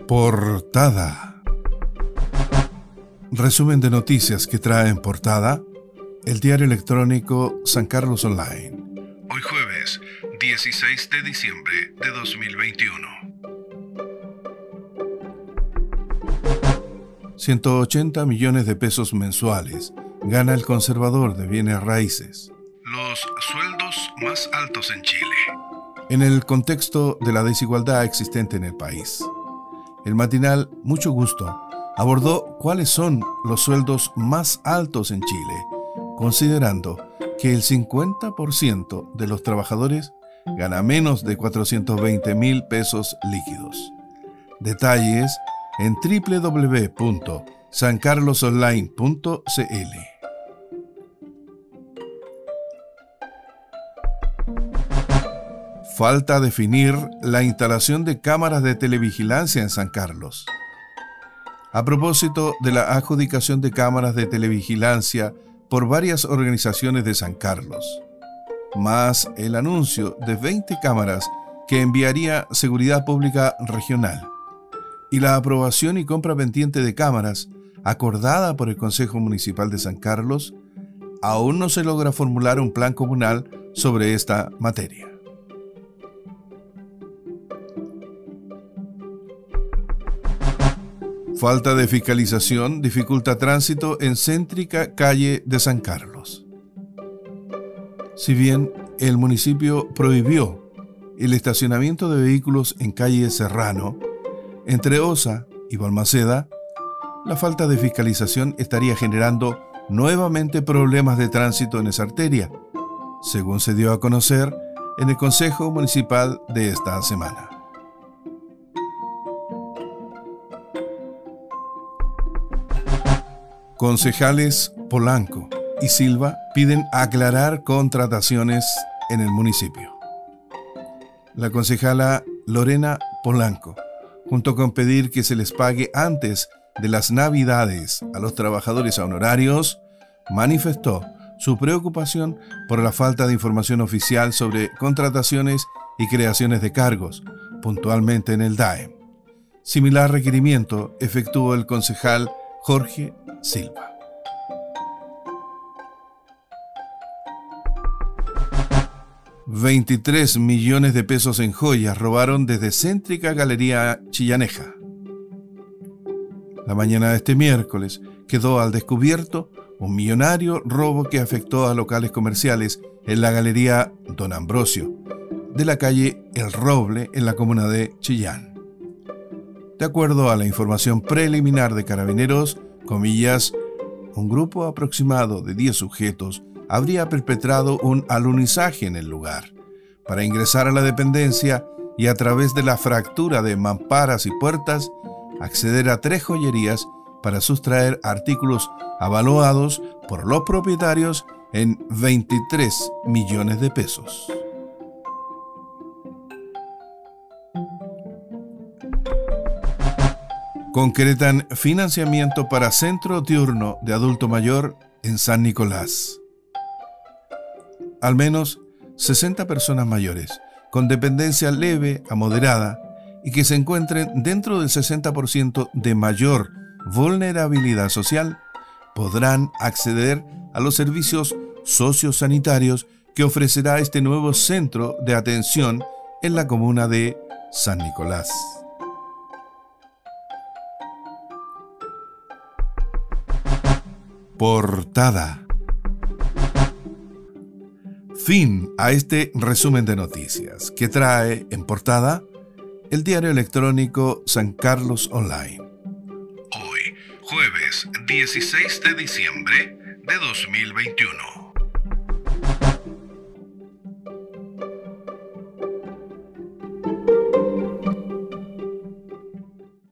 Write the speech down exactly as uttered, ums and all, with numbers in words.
Portada. Resumen de noticias que trae en portada el diario electrónico San Carlos Online. Hoy jueves, dieciséis de diciembre de dos mil veintiuno. ciento ochenta millones de pesos mensuales gana el conservador de bienes raíces. Los sueldos más altos en Chile. En el contexto de la desigualdad existente en el país, el matinal Mucho Gusto abordó cuáles son los sueldos más altos en Chile, considerando que el cincuenta por ciento de los trabajadores gana menos de cuatrocientos veinte mil pesos líquidos. Detalles en doble u doble u doble u punto san carlos online punto c l. Falta definir la instalación de cámaras de televigilancia en San Carlos. A propósito de la adjudicación de cámaras de televigilancia por varias organizaciones de San Carlos, más el anuncio de veinte cámaras que enviaría Seguridad Pública Regional, y la aprobación y compra pendiente de cámaras acordada por el Consejo Municipal de San Carlos, aún no se logra formular un plan comunal sobre esta materia. Falta de fiscalización dificulta tránsito en céntrica calle de San Carlos. Si bien el municipio prohibió el estacionamiento de vehículos en calle Serrano, entre Osa y Balmaceda, la falta de fiscalización estaría generando nuevamente problemas de tránsito en esa arteria, según se dio a conocer en el Consejo Municipal de esta semana. Concejales Polanco y Silva piden aclarar contrataciones en el municipio. La concejala Lorena Polanco, junto con pedir que se les pague antes de las Navidades a los trabajadores honorarios, manifestó su preocupación por la falta de información oficial sobre contrataciones y creaciones de cargos, puntualmente en el D A E M. Similar requerimiento efectuó el concejal Jorge Silva. veintitrés millones de pesos en joyas robaron desde céntrica Galería Chillaneja. La mañana de este miércoles quedó al descubierto un millonario robo que afectó a locales comerciales en la Galería Don Ambrosio, de la calle El Roble, en la comuna de Chillán. De acuerdo a la información preliminar de Carabineros, comillas, un grupo aproximado de diez sujetos habría perpetrado un alunizaje en el lugar para ingresar a la dependencia y, a través de la fractura de mamparas y puertas, acceder a tres joyerías para sustraer artículos avaluados por los propietarios en veintitrés millones de pesos. Concretan financiamiento para centro diurno de adulto mayor en San Nicolás. Al menos sesenta personas mayores, con dependencia leve a moderada y que se encuentren dentro del sesenta por ciento de mayor vulnerabilidad social, podrán acceder a los servicios sociosanitarios que ofrecerá este nuevo centro de atención en la comuna de San Nicolás. Portada. Fin a este resumen de noticias que trae en portada el diario electrónico San Carlos Online. Hoy, jueves dieciséis de diciembre de dos mil veintiuno.